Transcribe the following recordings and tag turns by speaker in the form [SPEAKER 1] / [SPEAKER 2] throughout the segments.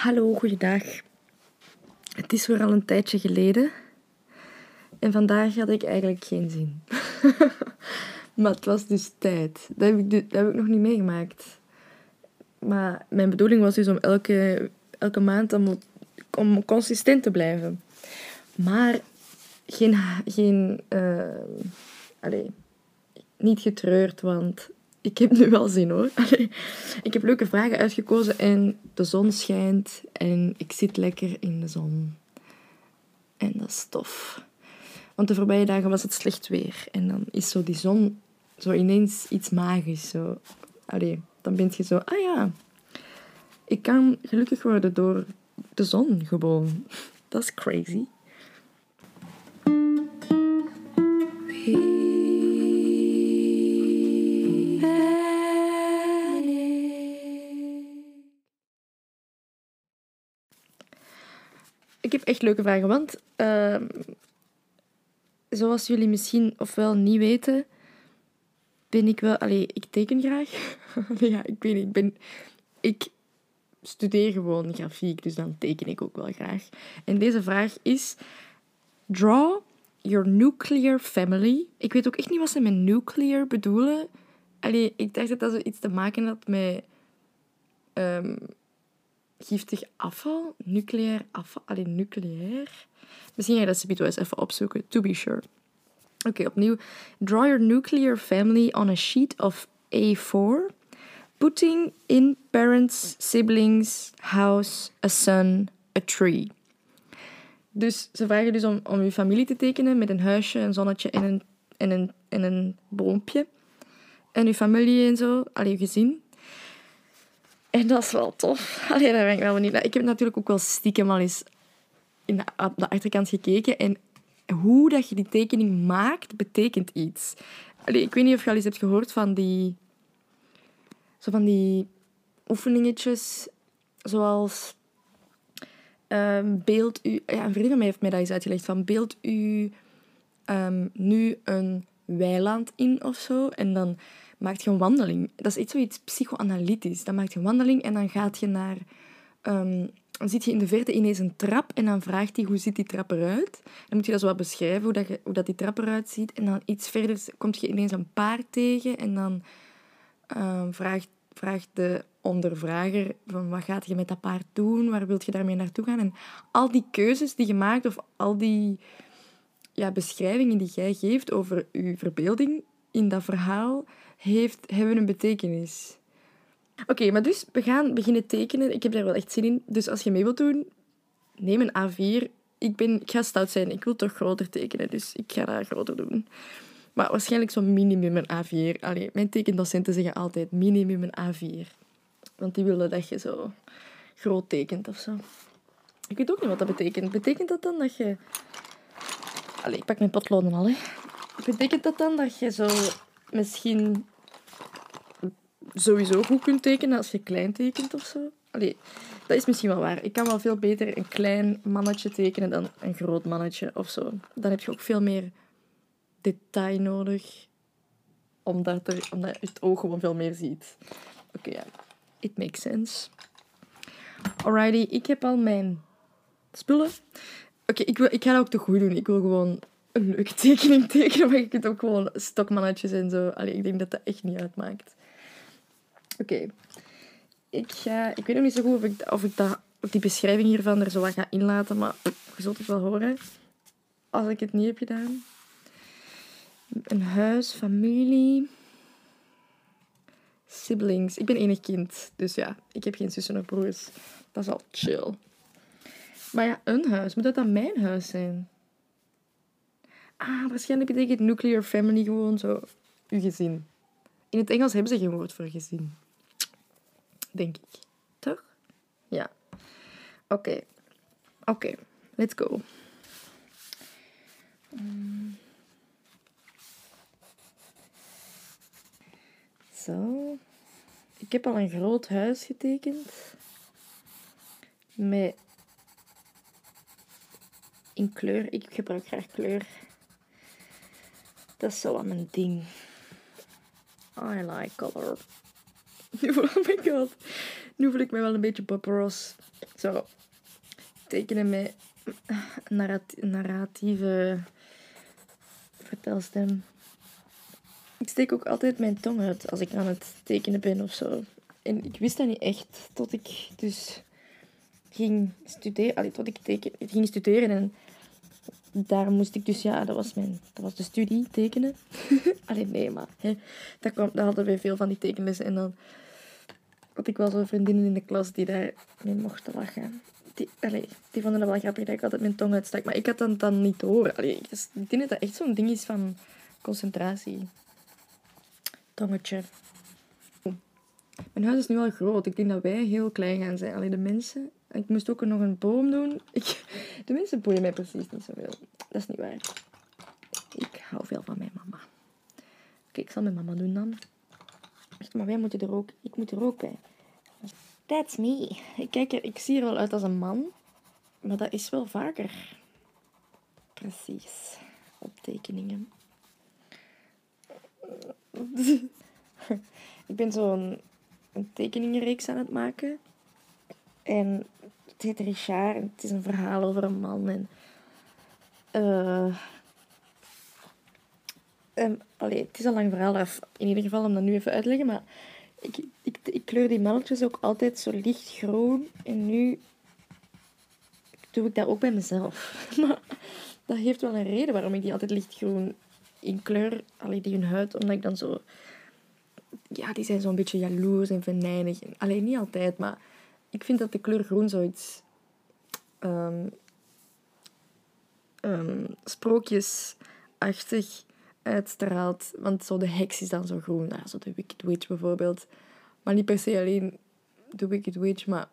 [SPEAKER 1] Hallo, goeiedag. Het is weer al een tijdje geleden. En vandaag had ik eigenlijk geen zin. Maar het was dus tijd. Dat heb ik nog niet meegemaakt. Maar mijn bedoeling was dus om elke maand om consistent te blijven. Maar niet getreurd, want ik heb nu wel zin hoor. Ik heb leuke vragen uitgekozen en de zon schijnt en ik zit lekker in de zon. En dat is tof. Want de voorbije dagen was het slecht weer. En dan is zo die zon zo ineens iets magisch. Zo. Dan ben je zo, ik kan gelukkig worden door de zon gewoon. Dat is crazy. Ik heb echt leuke vragen, want zoals jullie misschien ofwel niet weten, ben ik wel... ik teken graag. Ik weet niet, ik studeer gewoon grafiek, dus dan teken ik ook wel graag. En deze vraag is... Draw your nuclear family. Ik weet ook echt niet wat ze met nuclear bedoelen. Ik dacht dat iets te maken had met... giftig afval? Nucleair afval? Nucleair? Misschien ga je dat subiet wel eens even opzoeken. To be sure. Oké, opnieuw. Draw your nuclear family on a sheet of A4. Putting in parents, siblings, house, a son, a tree. Dus ze vragen dus om je familie te tekenen met een huisje, een zonnetje en een boompje. En je familie en zo. Je gezin. En dat is wel tof. Daar ben ik wel benieuwd naar. Ik heb natuurlijk ook wel stiekem al eens op de achterkant gekeken. En hoe dat je die tekening maakt, betekent iets. Ik weet niet of je al eens hebt gehoord van die oefeningetjes. Zoals beeld u... Ja, een vriend van mij heeft mij dat eens uitgelegd. Van beeld u nu een weiland in of zo. En dan maakt je een wandeling. Dat is iets zoiets psychoanalytisch. Dan maakt je een wandeling en dan gaat je naar... dan zit je in de verte ineens een trap en dan vraagt hij hoe ziet die trap eruit. Dan moet je dat zo wat beschrijven, hoe dat die trap eruit ziet. En dan iets verder kom je ineens een paard tegen en dan vraagt de ondervrager van wat gaat je met dat paard doen, waar wil je daarmee naartoe gaan. En al die keuzes die je maakt of al die beschrijvingen die jij geeft over je verbeelding in dat verhaal hebben een betekenis. Oké, maar dus we gaan beginnen tekenen. Ik heb daar wel echt zin in. Dus als je mee wilt doen, neem een A4. Ik ga stout zijn. Ik wil toch groter tekenen, dus ik ga dat groter doen. Maar waarschijnlijk zo'n minimum een A4. Mijn tekendocenten zeggen altijd minimum een A4. Want die willen dat je zo groot tekent of zo. Ik weet ook niet wat dat betekent. Betekent dat dan dat je... ik pak mijn potloden al, hè. Betekent dat dan dat je zo misschien sowieso goed kunt tekenen als je klein tekent of zo? Dat is misschien wel waar. Ik kan wel veel beter een klein mannetje tekenen dan een groot mannetje of zo. Dan heb je ook veel meer detail nodig, omdat het oog gewoon veel meer ziet. Oké, it makes sense. Alrighty, ik heb al mijn spullen. Oké, ik ga dat ook te goed doen. Ik wil gewoon een leuke tekening tekenen, maar je kunt ook gewoon stokmannetjes en zo. Ik denk dat dat echt niet uitmaakt. Oké. Ik weet nog niet zo goed of die beschrijving hiervan er zo wat ga inlaten, maar je zult het wel horen als ik het niet heb gedaan. Een huis, familie, siblings. Ik ben enig kind, dus ja, ik heb geen zussen of broers. Dat is al chill. Maar ja, een huis. Moet dat dan mijn huis zijn? Waarschijnlijk betekent nuclear family gewoon zo uw gezin. In het Engels hebben ze geen woord voor gezin. Denk ik. Toch? Ja. Oké. Let's go. Zo. Ik heb al een groot huis getekend. In kleur. Ik gebruik graag kleur. Dat is zo aan mijn ding. I like color. Oh my god. Nu voel ik me wel een beetje Bob Ross. Zo, tekenen met narratieve vertelstem. Ik steek ook altijd mijn tong uit als ik aan het tekenen ben of zo. En ik wist dat niet echt tot ik dus ging studeren. Allee, tot ik ging studeren en daar moest ik dus, ja, dat was de studie, tekenen. Allee, nee, maar daar hadden wij veel van die tekenlessen. En dan had ik wel zo'n vriendinnen in de klas die daar mee mochten lachen. Die vonden het wel grappig dat ik altijd mijn tong uitstak. Maar ik had dat dan niet door. Allee, ik denk dat dat echt zo'n ding is van concentratie. Tongetje. Mijn huis is nu wel groot. Ik denk dat wij heel klein gaan zijn. Allee, de mensen... Ik moest ook nog een boom doen. De mensen boeien mij precies niet zoveel. Dat is niet waar. Ik hou veel van mijn mama. Oké, ik zal mijn mama doen dan. Echt, maar wij moeten er ook... Ik moet er ook bij. That's me. Ik zie er wel uit als een man. Maar dat is wel vaker. Precies. Op tekeningen. Ik ben zo'n tekeningenreeks aan het maken. En het heet Richard. En het is een verhaal over een man. Het is een lang verhaal. In ieder geval om dat nu even uit te leggen. Maar ik kleur die mannetjes ook altijd zo lichtgroen. En nu doe ik dat ook bij mezelf. Maar dat heeft wel een reden waarom ik die altijd lichtgroen inkleur. Die hun huid. Omdat ik dan zo... Ja, die zijn zo'n beetje jaloers en venijnig. Alleen niet altijd, maar ik vind dat de kleur groen zoiets sprookjesachtig uitstraalt. Want zo de heks is dan zo groen. Ja, zo de Wicked Witch bijvoorbeeld. Maar niet per se alleen de Wicked Witch, maar...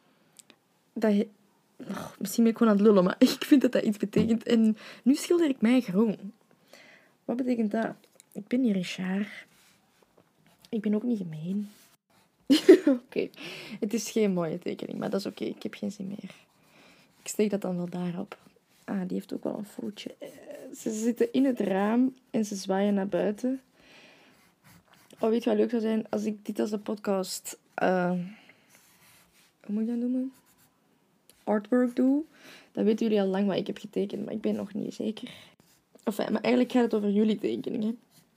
[SPEAKER 1] misschien ben ik gewoon aan het lullen, maar ik vind dat dat iets betekent. En nu schilder ik mij groen. Wat betekent dat? Ik ben niet Richard. Ik ben ook niet gemeen. Oké. Het is geen mooie tekening, maar dat is oké. Ik heb geen zin meer. Ik steek dat dan wel daarop. Ah, die heeft ook wel een foutje. Ze zitten in het raam en ze zwaaien naar buiten. Oh, weet je wat leuk zou zijn? Als ik dit als een podcast... hoe moet ik dat noemen? Artwork doe. Dan weten jullie al lang wat ik heb getekend, maar ik ben nog niet zeker. Enfin, maar eigenlijk gaat het over jullie tekeningen.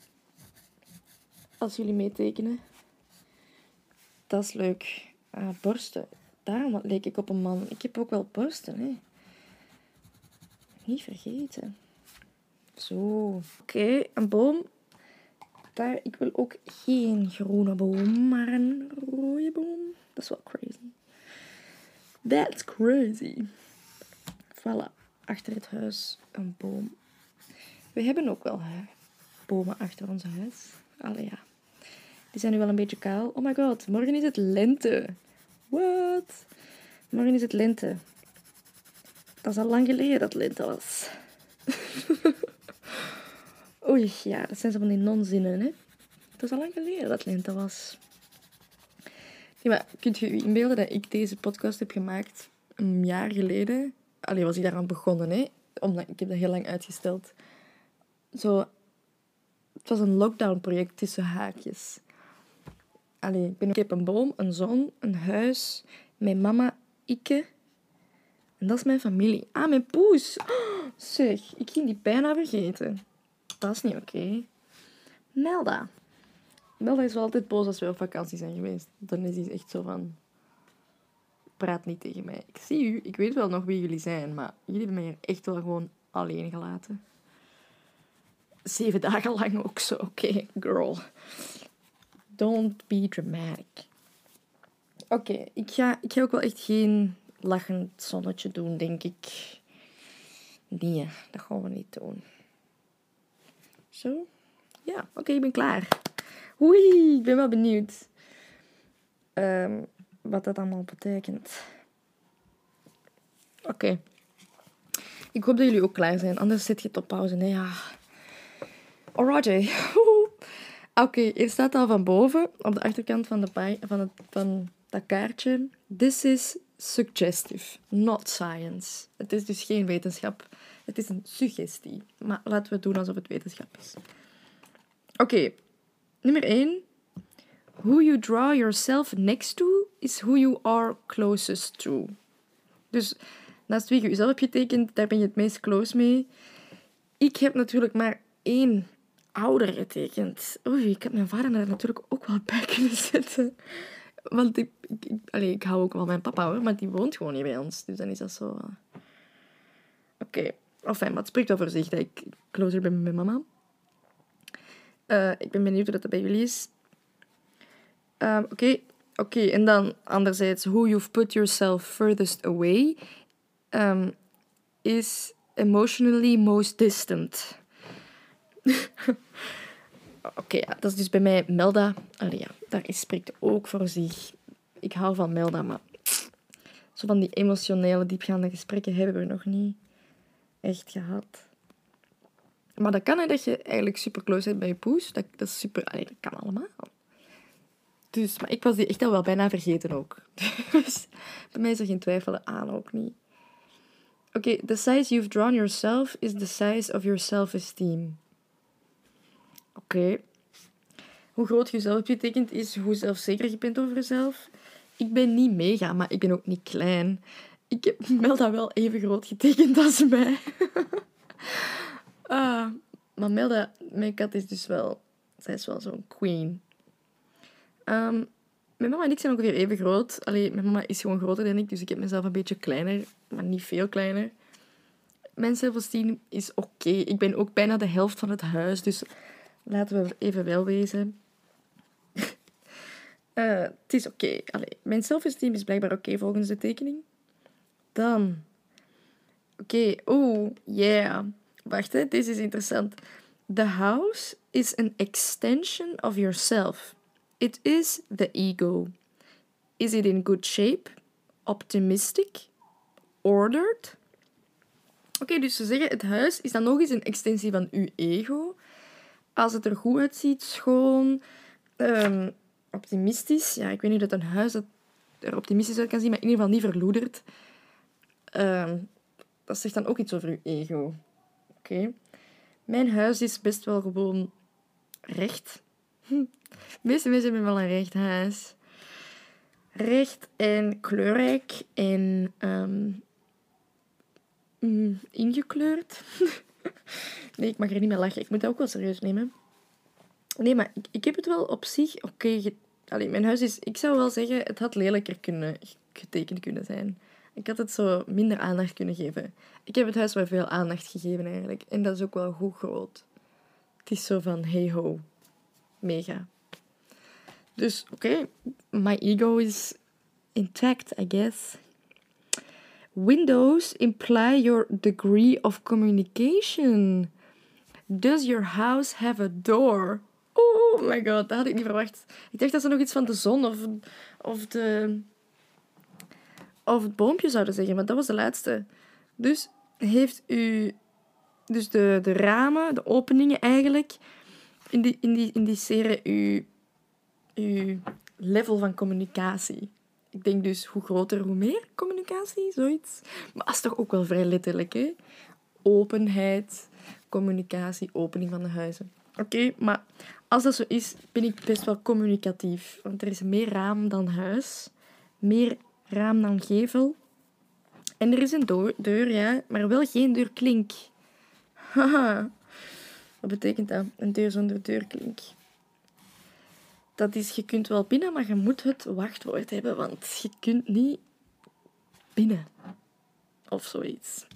[SPEAKER 1] Als jullie meetekenen. Dat is leuk. Borsten. Daarom leek ik op een man. Ik heb ook wel borsten, hè. Niet vergeten. Zo. Oké, een boom. Ik wil ook geen groene boom, maar een rode boom. Dat is wel crazy. That's crazy. Voilà. Achter het huis een boom. We hebben ook wel bomen achter ons huis. Allee, ja. Die zijn nu wel een beetje kaal. Oh my god, morgen is het lente. What? Morgen is het lente. Dat is al lang geleden dat lente was. Oei, ja, dat zijn zo van die nonzinnen, hè. Het is al lang geleden dat lente was. Nee, maar kunt je je inbeelden dat ik deze podcast heb gemaakt een jaar geleden? Allee, was ik daaraan begonnen, hè. Omdat ik heb dat heel lang uitgesteld. Zo, het was een lockdown-project tussen haakjes. Allee, ik heb een boom, een zon, een huis, mijn mama, ikke. En dat is mijn familie. Ah, mijn poes. Oh, zeg, ik ging die bijna vergeten. Dat is niet oké. Melda. Melda is wel altijd boos als we op vakantie zijn geweest. Dan is hij echt zo van... Praat niet tegen mij. Ik zie u, ik weet wel nog wie jullie zijn, maar jullie hebben mij hier echt wel gewoon alleen gelaten. 7 dagen lang ook zo. Oké, girl. Don't be dramatic. Oké, ik ga ook wel echt geen lachend zonnetje doen, denk ik. Nee, dat gaan we niet doen. Zo. Ja, oké, ik ben klaar. Oei, ik ben wel benieuwd. Wat dat allemaal betekent. Oké. Ik hoop dat jullie ook klaar zijn, anders zet je het op pauze. Nee, ja. Alrighty. Oké, hier staat al van boven, op de achterkant van dat kaartje. This is suggestive, not science. Het is dus geen wetenschap. Het is een suggestie. Maar laten we het doen alsof het wetenschap is. Oké, nummer 1. Who you draw yourself next to is who you are closest to. Dus naast wie je jezelf hebt getekend, daar ben je het meest close mee. Ik heb natuurlijk maar 1 ouder getekend. Oei, ik heb mijn vader daar natuurlijk ook wel bij kunnen zetten. Want ik hou ook wel van mijn papa, hoor, maar die woont gewoon niet bij ons. Dus dan is dat zo... Oké. Enfin, maar het spreekt wel voor zich dat ik closer ben met mijn mama. Ik ben benieuwd hoe dat bij jullie is. Oké, en dan anderzijds, who you've put yourself furthest away is emotionally most distant. Oké, ja, dat is dus bij mij Melda. Allee, ja, daar spreekt ook voor zich. Ik hou van Melda, maar zo van die emotionele, diepgaande gesprekken hebben we nog niet echt gehad. Maar dat kan, hè, dat je eigenlijk super close bent bij je poes. Dat is super... Allee, dat kan allemaal. Dus, maar ik was die echt al wel bijna vergeten ook. Dus bij mij is er geen twijfel aan, ook niet. Oké, the size you've drawn yourself is the size of your self-esteem. Oké. Hoe groot je zelf hebt getekend is hoe zelfzeker je bent over jezelf. Ik ben niet mega, maar ik ben ook niet klein. Ik heb Melda wel even groot getekend als mij. Maar Melda, mijn kat, is dus wel... Zij is wel zo'n queen. Mijn mama en ik zijn ongeveer even groot. Allee, mijn mama is gewoon groter dan ik, dus ik heb mezelf een beetje kleiner, maar niet veel kleiner. Mijn zelfesteem is oké. Ik ben ook bijna de helft van het huis, dus laten we even wel wezen. Het is oké. Mijn zelfesteem is blijkbaar oké volgens de tekening. Dan... Oké, yeah. Wacht, hè. Deze is interessant. The house is an extension of yourself. It is the ego. Is it in good shape? Optimistic? Ordered? Oké, dus ze zeggen, het huis is dan nog eens een extensie van uw ego. Als het er goed uitziet, schoon, optimistisch. Ja, ik weet niet dat een huis dat er optimistisch uit kan zien, maar in ieder geval niet verloederd. Dat zegt dan ook iets over uw ego. Oké. Mijn huis is best wel gewoon recht. De meeste mensen hebben wel een recht huis. Recht en kleurrijk en ingekleurd. Nee, ik mag er niet mee lachen. Ik moet dat ook wel serieus nemen. Nee, maar ik heb het wel op zich oké. Mijn huis is... Ik zou wel zeggen, het had lelijker getekend kunnen zijn. Ik had het zo minder aandacht kunnen geven. Ik heb het huis wel veel aandacht gegeven, eigenlijk. En dat is ook wel goed groot. Het is zo van, hey ho. Mega. Dus, oké. My ego is intact, I guess. Windows imply your degree of communication. Does your house have a door? Oh my god, dat had ik niet verwacht. Ik dacht dat ze nog iets van de zon of het boompje zouden zeggen, maar dat was de laatste. Dus heeft u... Dus de ramen, de openingen eigenlijk, indiceren uw level van communicatie. Ik denk dus, hoe groter, hoe meer communicatie, zoiets. Maar dat is toch ook wel vrij letterlijk, hè? Openheid, communicatie, opening van de huizen. Oké, maar als dat zo is, ben ik best wel communicatief. Want er is meer raam dan huis. Meer raam dan gevel. En er is een deur, ja, maar wel geen deurklink. Haha. Wat betekent dat? Een deur zonder deurklink. Dat is, je kunt wel binnen, maar je moet het wachtwoord hebben, want je kunt niet binnen. Of zoiets.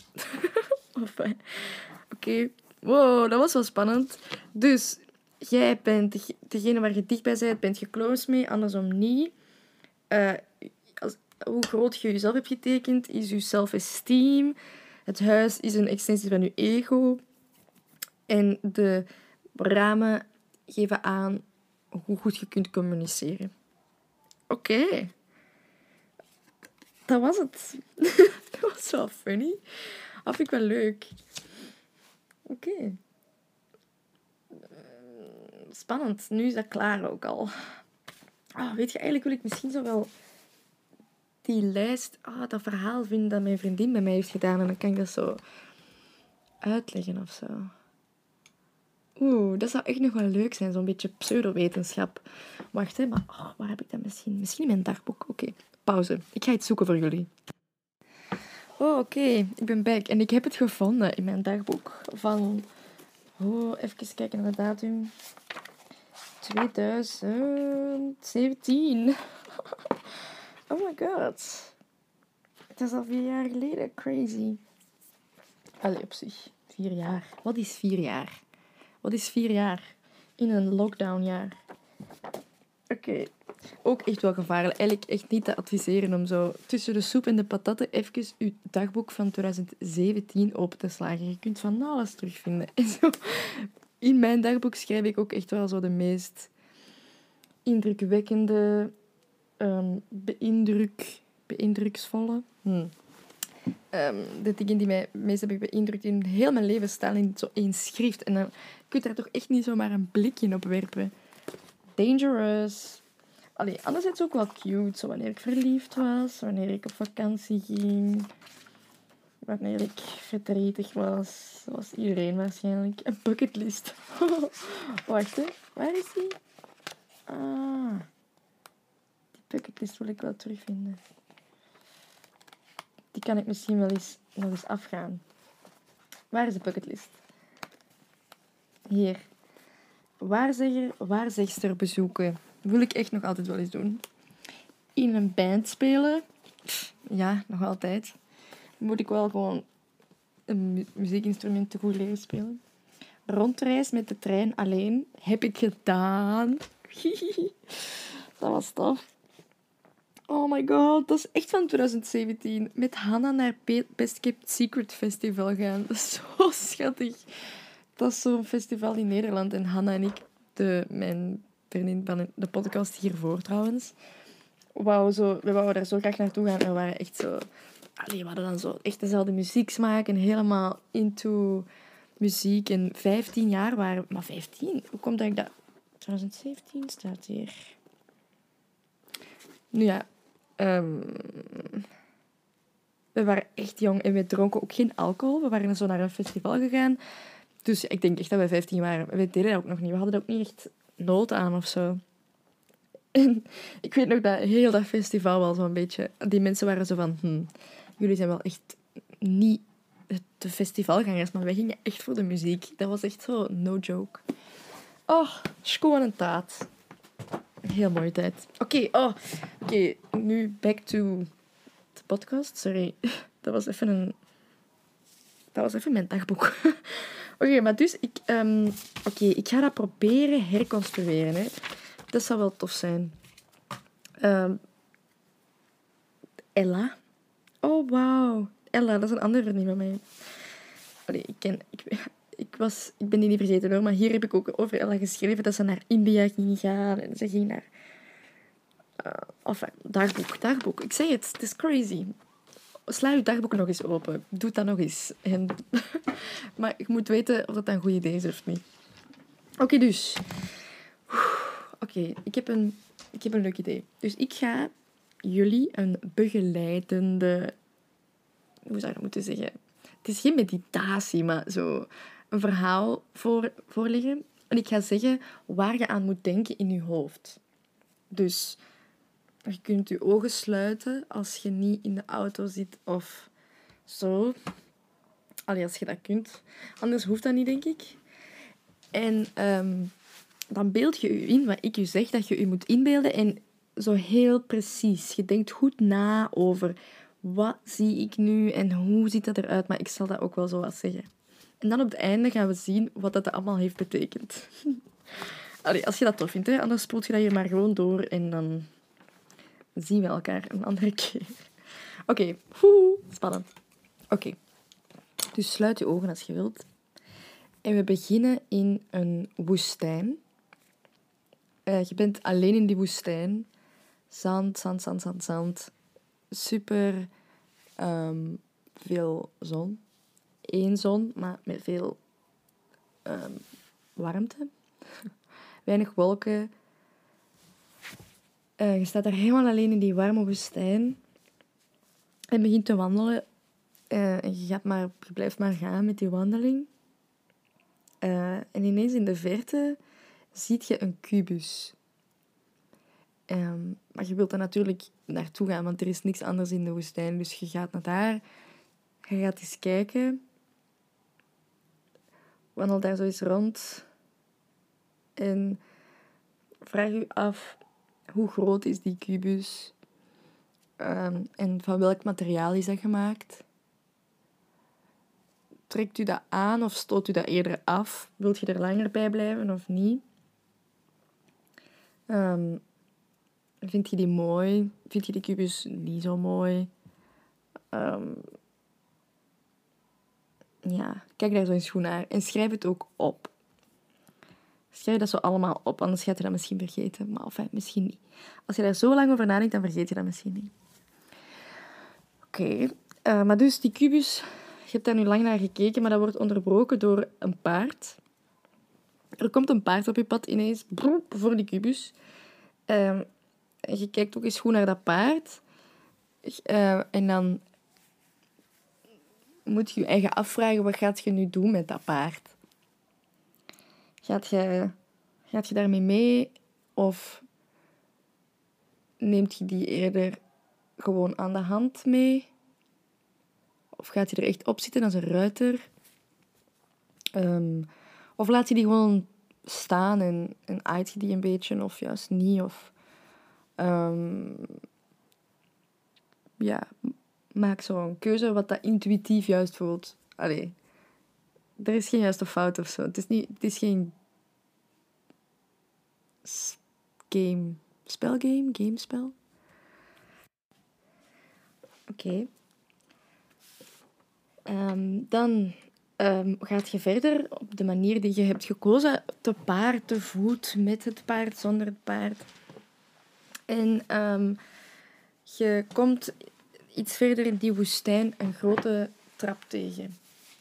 [SPEAKER 1] Oké. Wow, dat was wel spannend. Dus, jij bent degene waar je dicht bent je close mee, andersom niet. Hoe groot je jezelf hebt getekend, is je self-esteem. Het huis is een extensie van je ego. En de ramen geven aan hoe goed je kunt communiceren. Oké. Dat was het. Dat was wel funny. Dat vind ik wel leuk. Oké. Spannend. Nu is dat klaar ook al. Weet je, eigenlijk wil ik misschien zo wel die lijst, dat verhaal vinden dat mijn vriendin bij mij heeft gedaan. En dan kan ik dat zo uitleggen of zo. Dat zou echt nog wel leuk zijn. Zo'n beetje pseudowetenschap. Wacht, hè. Maar waar heb ik dat misschien? Misschien in mijn dagboek. Oké, pauze. Ik ga iets zoeken voor jullie. Oké. Ik ben back. En ik heb het gevonden in mijn dagboek. Van... even kijken naar de datum. 2017. Oh my god. Het is al 4 jaar geleden. Crazy. Allee, op zich. 4 jaar. Wat is 4 jaar? Wat is 4 jaar? In een lockdownjaar. Oké. Ook echt wel gevaarlijk. Eigenlijk echt niet te adviseren om zo tussen de soep en de patatten even je dagboek van 2017 open te slagen. Je kunt van alles terugvinden. En zo. In mijn dagboek schrijf ik ook echt wel zo de meest indrukwekkende, beïndruksvolle. De dingen die mij het meest hebben beïndrukt in heel mijn leven staan in zo één schrift. En dan kun je daar toch echt niet zomaar een blikje op werpen. Dangerous. Allee, anderzijds ook wel cute. Zo wanneer ik verliefd was, wanneer ik op vakantie ging, wanneer ik verdrietig was. Zoals iedereen waarschijnlijk. Een bucketlist. Wacht, hè. Waar is die? Die bucketlist wil ik wel terugvinden. Die kan ik misschien wel eens nog eens afgaan. Waar is de bucketlist? Hier. Waarzegger, waarzegster bezoeken. Wil ik echt nog altijd wel eens doen. In een band spelen. Ja, nog altijd. Moet ik wel gewoon een muziekinstrument te goed leren spelen. Rondreis met de trein alleen. Heb ik gedaan. Dat was tof. Oh my god, dat is echt van 2017. Met Hannah naar Best Kept Secret Festival gaan. Dat is zo schattig. Dat is zo'n festival in Nederland. En Hannah en ik, mijn vriendin van de podcast hiervoor trouwens, we wouden daar zo graag naartoe gaan. En we waren echt zo... Allee, we hadden dan zo echt dezelfde muzieksmaak en helemaal into muziek. En 15 jaar waren... Maar 15? Hoe komt dat ik dat... 2017 staat hier. Nu ja... we waren echt jong en we dronken ook geen alcohol. We waren zo naar een festival gegaan. Dus ik denk echt dat we 15 waren. We deden dat ook nog niet. We hadden er ook niet echt nood aan of zo. En ik weet nog dat heel dat festival wel zo'n beetje... Die mensen waren zo van... jullie zijn wel echt niet de festivalgangers, maar wij gingen echt voor de muziek. Dat was echt zo no joke. Oh, schoon en taat. Heel mooie tijd. Oké, nu back to de podcast. Sorry, dat was even mijn dagboek. Oké, maar dus ik ga dat proberen herconstrueren. Hè. Dat zou wel tof zijn. Ella. Oh, wauw. Ella, dat is een andere vriendin van mij. Allee, ik ben die niet vergeten hoor, maar hier heb ik ook over Ella geschreven dat ze naar India ging gaan en ze ging naar... dagboek. Ik zeg het is crazy. Sla je dagboek nog eens open. Doe dat nog eens. Maar ik moet weten of dat een goed idee is of niet. Oké, dus. Ik heb een leuk idee. Dus ik ga jullie een begeleidende... Hoe zou ik dat moeten zeggen? Het is geen meditatie, maar zo een verhaal voorleggen. En ik ga zeggen waar je aan moet denken in je hoofd. Dus je kunt je ogen sluiten als je niet in de auto zit of zo. Allee, als je dat kunt. Anders hoeft dat niet, denk ik. En dan beeld je je in wat ik je zeg dat je je moet inbeelden. En zo heel precies. Je denkt goed na over wat zie ik nu en hoe ziet dat eruit. Maar ik zal dat ook wel zo wat zeggen. En dan op het einde gaan we zien wat dat allemaal heeft betekend. Allee, als je dat tof vindt, hè. Anders spoelt je dat hier maar gewoon door en dan zien we elkaar een andere keer. Oké, spannend. Oké, dus sluit je ogen als je wilt. En we beginnen in een woestijn. Je bent alleen in die woestijn. Zand. Super veel zon. Eén zon, maar met veel warmte. Weinig wolken. Je staat daar helemaal alleen in die warme woestijn. En begint te wandelen. En je blijft maar gaan met die wandeling. En ineens in de verte ziet je een kubus. Maar je wilt er natuurlijk naartoe gaan, want er is niks anders in de woestijn. Dus je gaat naar daar, je gaat eens kijken, wandel daar zo eens rond en vraag je af, hoe groot is die kubus? En van welk materiaal is dat gemaakt? Trekt u dat aan of stoot u dat eerder af? Wilt je er langer bij blijven of niet? Vind je die mooi? Vind je die kubus niet zo mooi? Ja, kijk daar zo eens goed naar. En schrijf het ook op. Schrijf dat zo allemaal op, anders gaat je dat misschien vergeten. Maar enfin, misschien niet. Als je daar zo lang over nadenkt, dan vergeet je dat misschien niet. Oké. Maar dus die kubus, je hebt daar nu lang naar gekeken, maar dat wordt onderbroken door een paard. Er komt een paard op je pad ineens, voor die kubus. En je kijkt ook eens goed naar dat paard. En dan moet je je eigen afvragen, wat gaat je nu doen met dat paard? Gaat je daarmee mee? Of neemt je die eerder gewoon aan de hand mee? Of gaat je er echt op zitten als een ruiter? Of laat je die gewoon staan en aait je die een beetje, of juist niet? Of ja, maak zo'n keuze wat dat intuïtief juist voelt. Allee, er is geen juiste fout of zo. Het is geen gamespel. Oké. Dan gaat je verder op de manier die je hebt gekozen. Te paard, te voet, met het paard, zonder het paard. En je komt iets verder in die woestijn een grote trap tegen.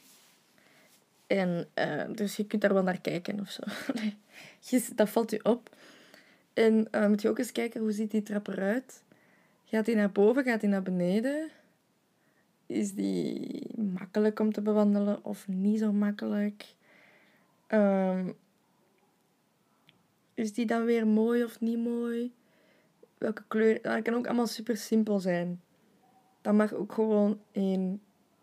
[SPEAKER 1] En dus je kunt daar wel naar kijken of zo. Dat valt je op. En moet je ook eens kijken, hoe ziet die trap eruit? Gaat die naar boven, gaat die naar beneden? Is die makkelijk om te bewandelen of niet zo makkelijk? Is die dan weer mooi of niet mooi? Welke kleur? Dat kan ook allemaal super simpel zijn. Dat mag ook gewoon in...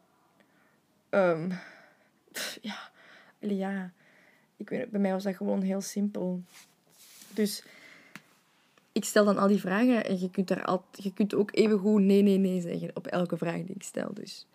[SPEAKER 1] ja, ik weet het, bij mij was dat gewoon heel simpel. Dus ik stel dan al die vragen en je kunt ook even goed nee zeggen op elke vraag die ik stel. Dus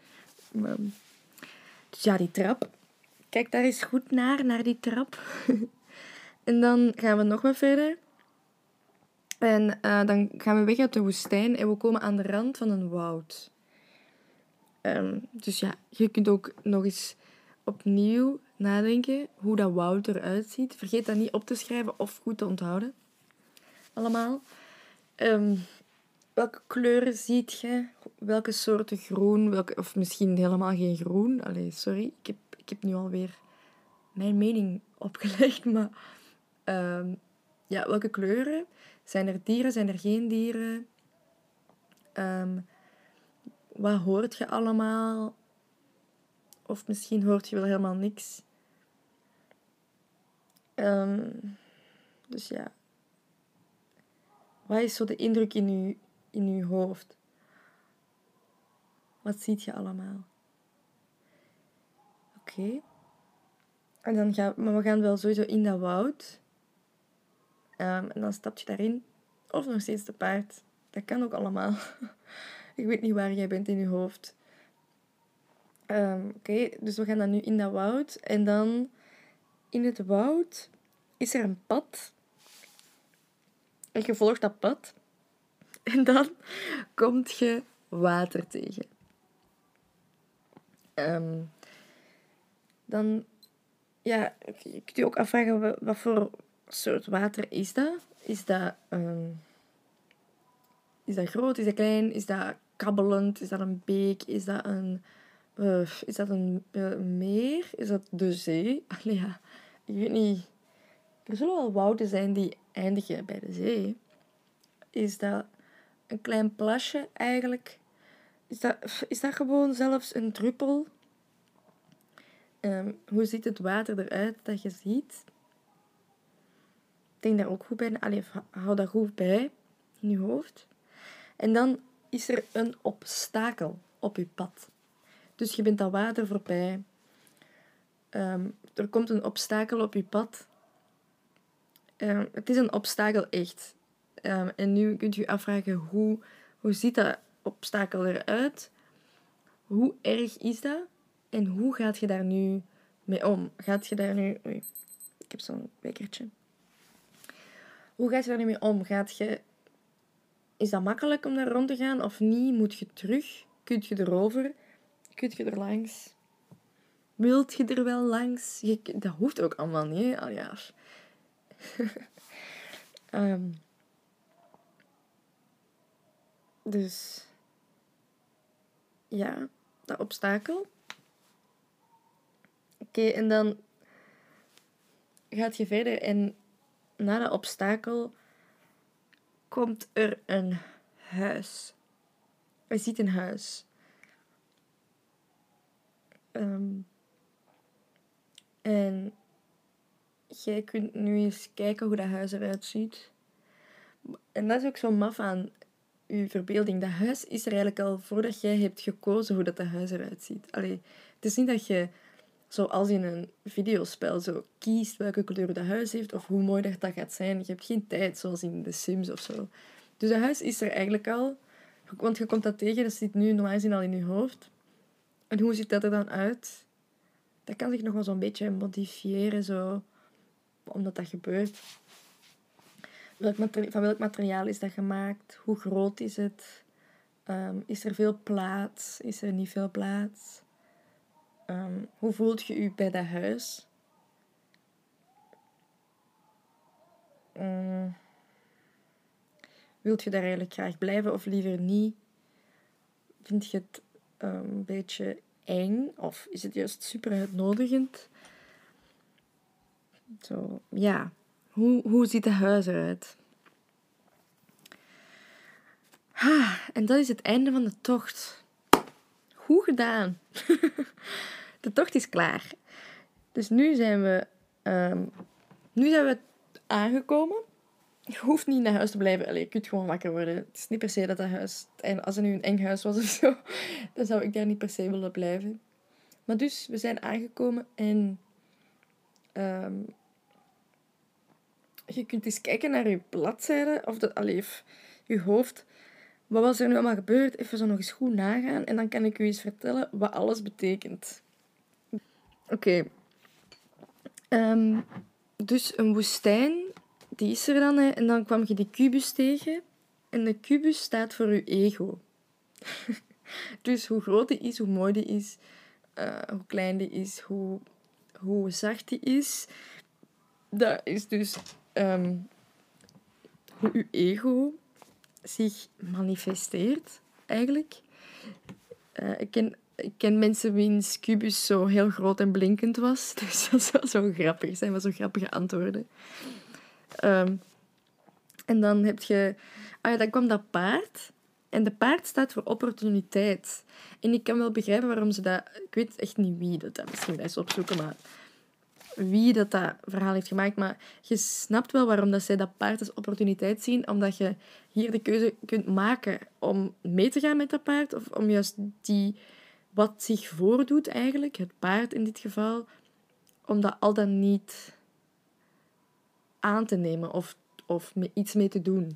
[SPEAKER 1] ja, die trap. Kijk daar eens goed naar die trap. En dan gaan we nog wat verder. En dan gaan we weg uit de woestijn en we komen aan de rand van een woud. Dus ja, je kunt ook nog eens opnieuw nadenken hoe dat woud eruit ziet. Vergeet dat niet op te schrijven of goed te onthouden. Allemaal. Welke kleuren ziet je? Welke soorten groen? Of misschien helemaal geen groen. Allee, sorry. Ik heb nu alweer mijn mening opgelegd. Maar ja, welke kleuren? Zijn er dieren? Zijn er geen dieren? Wat hoort je allemaal? Of misschien hoort je wel helemaal niks. Dus ja. Wat is zo de indruk in je hoofd? Wat ziet je allemaal? Oké. En dan maar we gaan wel sowieso in dat woud. En dan stap je daarin. Of nog steeds te paard. Dat kan ook allemaal. Ik weet niet waar jij bent in je hoofd. Oké, dus we gaan dan nu in dat woud. En dan in het woud is er een pad. En je volgt dat pad. En dan kom je water tegen. Dan, ja, je kunt je ook afvragen, wat voor soort water is dat? Is dat groot? Is dat klein? Is dat kabbelend? Is dat een beek? Is dat een meer? Is dat de zee? Allee, ja, ik weet niet. Er zullen wel wouden zijn die eindigen bij de zee. Is dat een klein plasje eigenlijk? Is dat gewoon zelfs een druppel? Hoe ziet het water eruit dat je ziet? Denk daar ook goed bij. Allee, hou dat goed bij in je hoofd. En dan is er een obstakel op je pad. Dus je bent dat water voorbij. Er komt een obstakel op je pad. Het is een obstakel echt. En nu kunt je je afvragen, hoe ziet dat obstakel eruit? Hoe erg is dat? En hoe gaat je daar nu mee om? Gaat je daar nu... Oei, ik heb zo'n bekertje. Hoe gaat je daar nu mee om? Is dat makkelijk om daar rond te gaan of niet? Moet je terug? Kun je erover? Kun je er langs? Wilt je er wel langs? Dat hoeft ook allemaal niet, hè? Oh, ja. Dus ja, dat obstakel. Oké, en dan gaat je verder en na dat obstakel komt er een huis. Je ziet een huis. En jij kunt nu eens kijken hoe dat huis eruit ziet. En dat is ook zo maf aan je verbeelding. Dat huis is er eigenlijk al voordat jij hebt gekozen hoe dat huis eruit ziet. Allee, het is niet dat je, zoals in een videospel, zo kiest welke kleur dat huis heeft of hoe mooi dat gaat zijn. Je hebt geen tijd, zoals in The Sims of zo. Dus dat huis is er eigenlijk al. Want je komt dat tegen, dat zit nu normaal gezien al in je hoofd. En hoe ziet dat er dan uit? Dat kan zich nog wel zo'n beetje modifiëren, zo, omdat dat gebeurt. Van welk materiaal is dat gemaakt? Hoe groot is het? Is er veel plaats? Is er niet veel plaats? Hoe voelt je je bij dat huis? Wilt je daar eigenlijk graag blijven of liever niet? Vind je het een beetje eng of is het juist super uitnodigend? Zo, ja. Hoe ziet het huis eruit? En dat is het einde van de tocht. Goed gedaan. De tocht is klaar. Dus nu zijn we aangekomen. Je hoeft niet naar huis te blijven. Allee, je kunt gewoon wakker worden. Het is niet per se dat huis... Als er nu een eng huis was of zo, dan zou ik daar niet per se willen blijven. Maar dus, we zijn aangekomen en... je kunt eens kijken naar je bladzijde, of je hoofd. Wat was er nu allemaal gebeurd? Even zo nog eens goed nagaan. En dan kan ik u eens vertellen wat alles betekent. Oké. Dus een woestijn, die is er dan. Hè. En dan kwam je die kubus tegen. En de kubus staat voor je ego. Dus hoe groot die is, hoe mooi die is, hoe klein die is, hoe zacht die is. Dat is dus hoe je ego zich manifesteert, eigenlijk. Ik ken mensen wiens kubus zo heel groot en blinkend was. Dus dat is wel zo grappig. Zijn wel zo grappige antwoorden. En dan heb je... dan kwam dat paard. En de paard staat voor opportuniteit. En ik kan wel begrijpen waarom ze dat... Ik weet echt niet wie dat... Misschien ga eens opzoeken, maar... Wie dat verhaal heeft gemaakt. Maar je snapt wel waarom dat zij dat paard als opportuniteit zien. Omdat je hier de keuze kunt maken om mee te gaan met dat paard. Of om juist wat zich voordoet eigenlijk, het paard in dit geval, om dat al dan niet aan te nemen of iets mee te doen.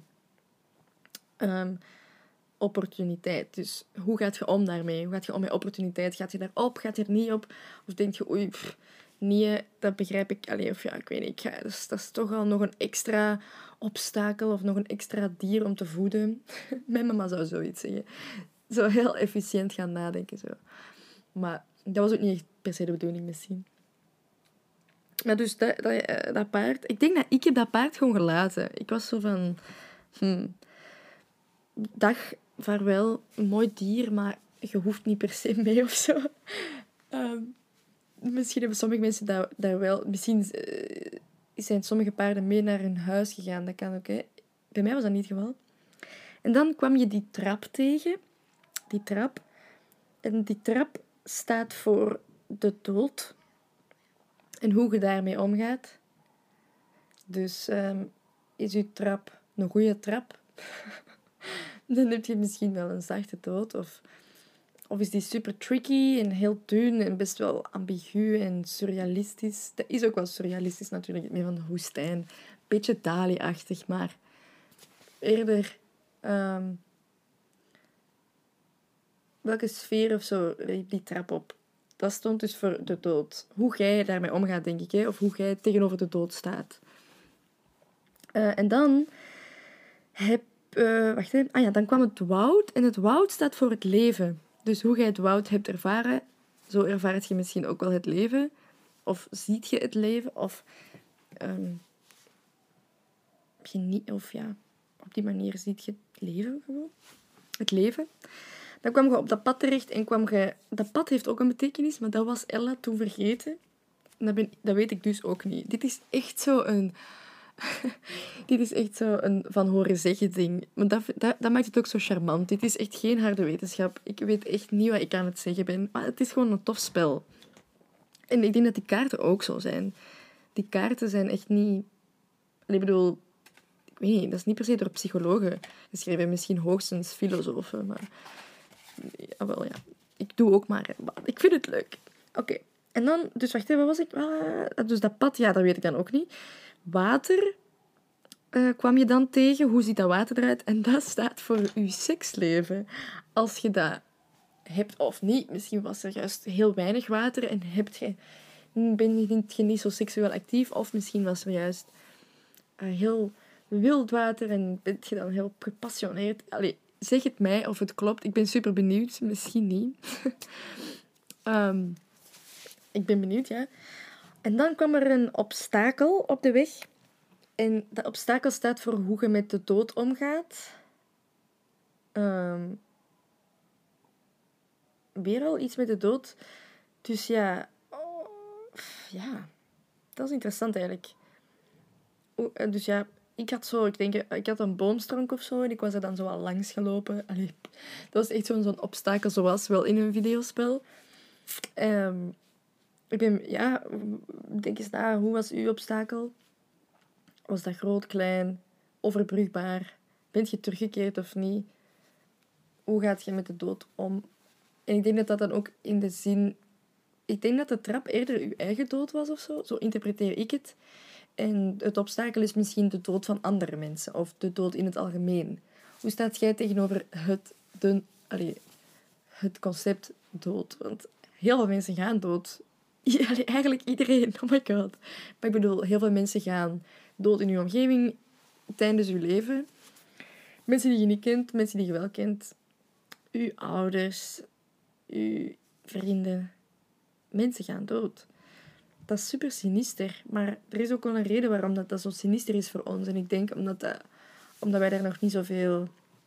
[SPEAKER 1] Opportuniteit. Dus hoe gaat je om daarmee? Hoe gaat je om met opportuniteit? Gaat je daarop? Gaat je er niet op? Of denk je, oei, nee, dat begrijp ik. Of ja, ik weet niet. Dat is toch al nog een extra obstakel of nog een extra dier om te voeden. Mijn mama zou zoiets zeggen. Zo heel efficiënt gaan nadenken. Zo. Maar dat was ook niet echt per se de bedoeling misschien. Maar dus dat paard... Ik denk dat ik heb dat paard gewoon gelaten. Ik was zo van... Dag, vaarwel, een mooi dier, maar je hoeft niet per se mee of zo. Misschien hebben sommige mensen daar wel... Misschien zijn sommige paarden mee naar hun huis gegaan. Dat kan ook, hè. Bij mij was dat niet het geval. En dan kwam je die trap tegen. Die trap. En die trap staat voor de dood. En hoe je daarmee omgaat. Dus is je trap een goede trap? Dan heb je misschien wel een zachte dood. Of is die super tricky en heel dun en best wel ambigu en surrealistisch. Dat is ook wel surrealistisch natuurlijk, meer van de woestijn. Beetje Dali-achtig, maar eerder... welke sfeer of zo riep die trap op? Dat stond dus voor de dood. Hoe jij daarmee omgaat, denk ik. Hè? Of hoe jij tegenover de dood staat. En dan wacht even. Ah ja, dan kwam het woud. En het woud staat voor het leven. Dus hoe jij het woud hebt ervaren, zo ervaart je misschien ook wel het leven. Of ziet je het leven. Of op die manier ziet je het leven gewoon. Het leven. Dan kwam je op dat pad terecht en dat pad heeft ook een betekenis, maar dat was Ella toen vergeten. En dat weet ik dus ook niet. Dit is echt zo een... Dit is echt zo een van horen zeggen ding. Maar dat maakt het ook zo charmant. Dit is echt geen harde wetenschap. Ik weet echt niet wat ik aan het zeggen ben. Maar het is gewoon een tof spel. En ik denk dat die kaarten ook zo zijn. Die kaarten zijn echt niet... Ik bedoel... Ik weet niet, dat is niet per se door psychologen geschreven. Misschien hoogstens filosofen, maar... Jawel, ja. Ik doe ook maar... Ik vind het leuk. Oké. En dan... Dus wacht even, wat was ik? Dus dat pad, ja, dat weet ik dan ook niet. Water kwam je dan tegen. Hoe ziet dat water eruit? En dat staat voor je seksleven. Als je dat hebt of niet. Misschien was er juist heel weinig water en ben je niet zo seksueel actief. Of misschien was er juist heel wild water en ben je dan heel gepassioneerd. Allee, zeg het mij of het klopt. Ik ben super benieuwd. Misschien niet. Ik ben benieuwd, ja. En dan kwam er een obstakel op de weg. En dat obstakel staat voor hoe je met de dood omgaat. Weer al iets met de dood. Dus ja... ja, dat is interessant eigenlijk. Dus ja, ik had een boomstronk of zo en ik was er dan zo al langs gelopen. Allee, dat was echt zo'n obstakel zoals wel in een videospel. Denk eens na, hoe was uw obstakel? Was dat groot, klein, overbrugbaar? Bent je teruggekeerd of niet? Hoe gaat je met de dood om? En ik denk dat dat dan ook in de zin... Ik denk dat de trap eerder uw eigen dood was of zo. Zo interpreteer ik het. En het obstakel is misschien de dood van andere mensen. Of de dood in het algemeen. Hoe staat jij tegenover het concept dood? Want heel veel mensen gaan dood. Ja, eigenlijk iedereen. Oh my god. Maar ik bedoel, heel veel mensen gaan dood in uw omgeving tijdens uw leven. Mensen die je niet kent, mensen die je wel kent. Uw ouders, uw vrienden. Mensen gaan dood. Dat is super sinister. Maar er is ook wel een reden waarom dat zo sinister is voor ons. En ik denk omdat wij daar nog niet zoveel...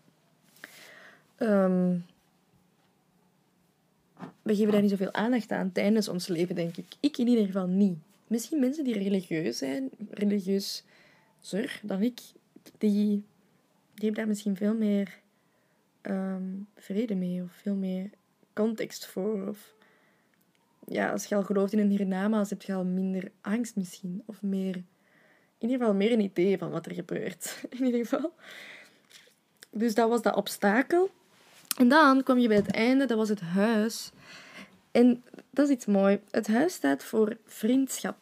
[SPEAKER 1] we geven daar niet zoveel aandacht aan tijdens ons leven, denk ik. Ik in ieder geval niet. Misschien mensen die religieus zijn, religieuzer dan ik, die hebben daar misschien veel meer vrede mee. Of veel meer context voor. Of ja, als je al gelooft in een hiernamaals, heb je al minder angst misschien. Of meer... In ieder geval meer een idee van wat er gebeurt. In ieder geval. Dus dat was dat obstakel. En dan kwam je bij het einde, dat was het huis. En dat is iets moois. Het huis staat voor vriendschap.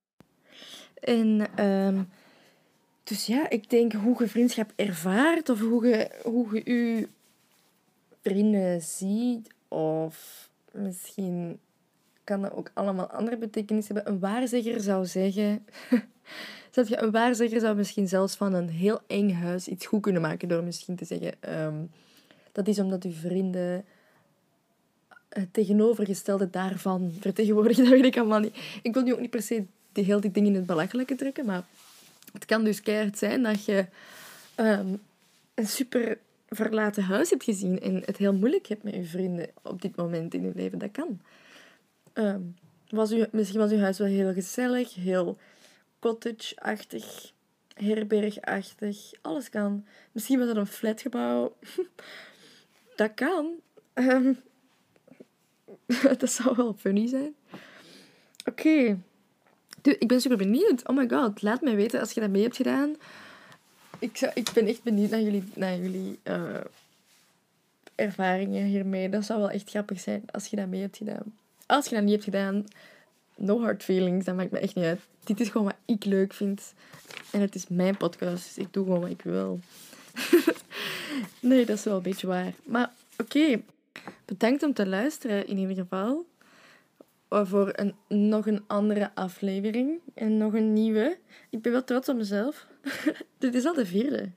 [SPEAKER 1] En dus ja, ik denk hoe je vriendschap ervaart, of hoe je je vrienden ziet, of misschien kan dat ook allemaal andere betekenis hebben. Een waarzegger zou zeggen... Een waarzegger zou misschien zelfs van een heel eng huis iets goed kunnen maken door misschien te zeggen... dat is omdat uw vrienden het tegenovergestelde daarvan vertegenwoordigen. Dat weet ik allemaal niet. Ik wil nu ook niet per se heel die dingen in het belachelijke trekken, maar het kan dus keihard zijn dat je een super verlaten huis hebt gezien en het heel moeilijk hebt met je vrienden op dit moment in je leven. Dat kan. Misschien was uw huis wel heel gezellig, heel cottage-achtig, herbergachtig. Alles kan. Misschien was het een flatgebouw. Dat kan. Dat zou wel funny zijn. Oké. Ik ben super benieuwd. Oh my god, laat mij weten als je dat mee hebt gedaan. Ik ben echt benieuwd naar jullie ervaringen hiermee. Dat zou wel echt grappig zijn als je dat mee hebt gedaan. Als je dat niet hebt gedaan, no hard feelings. Dat maakt me echt niet uit. Dit is gewoon wat ik leuk vind. En het is mijn podcast, dus ik doe gewoon wat ik wil. Nee, dat is wel een beetje waar. Maar oké. Bedankt om te luisteren in ieder geval. Voor nog een andere aflevering. En nog een nieuwe. Ik ben wel trots op mezelf. Dit is al de vierde.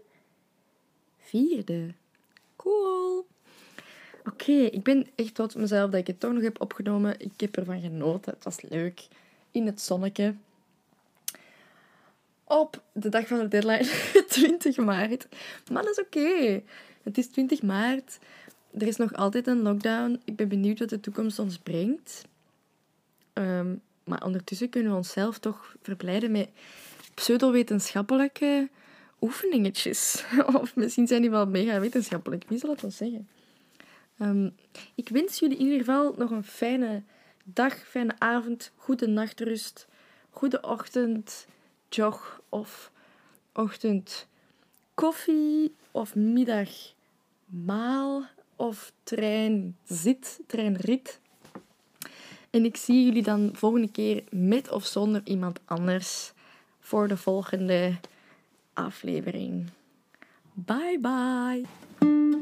[SPEAKER 1] Vierde. Cool. Oké, ik ben echt trots op mezelf dat ik het toch nog heb opgenomen. Ik heb ervan genoten. Het was leuk. In het zonnetje. Op de dag van de deadline, 20 maart. Maar dat is oké. Het is 20 maart. Er is nog altijd een lockdown. Ik ben benieuwd wat de toekomst ons brengt. Maar ondertussen kunnen we onszelf toch verblijden met pseudo-wetenschappelijke oefeningetjes. Of misschien zijn die wel mega wetenschappelijk. Wie zal het wel zeggen? Ik wens jullie in ieder geval nog een fijne dag, fijne avond, goede nachtrust, goede ochtend, jog of ochtend koffie of middag maal of treinrit. En ik zie jullie dan volgende keer met of zonder iemand anders voor de volgende aflevering. Bye bye!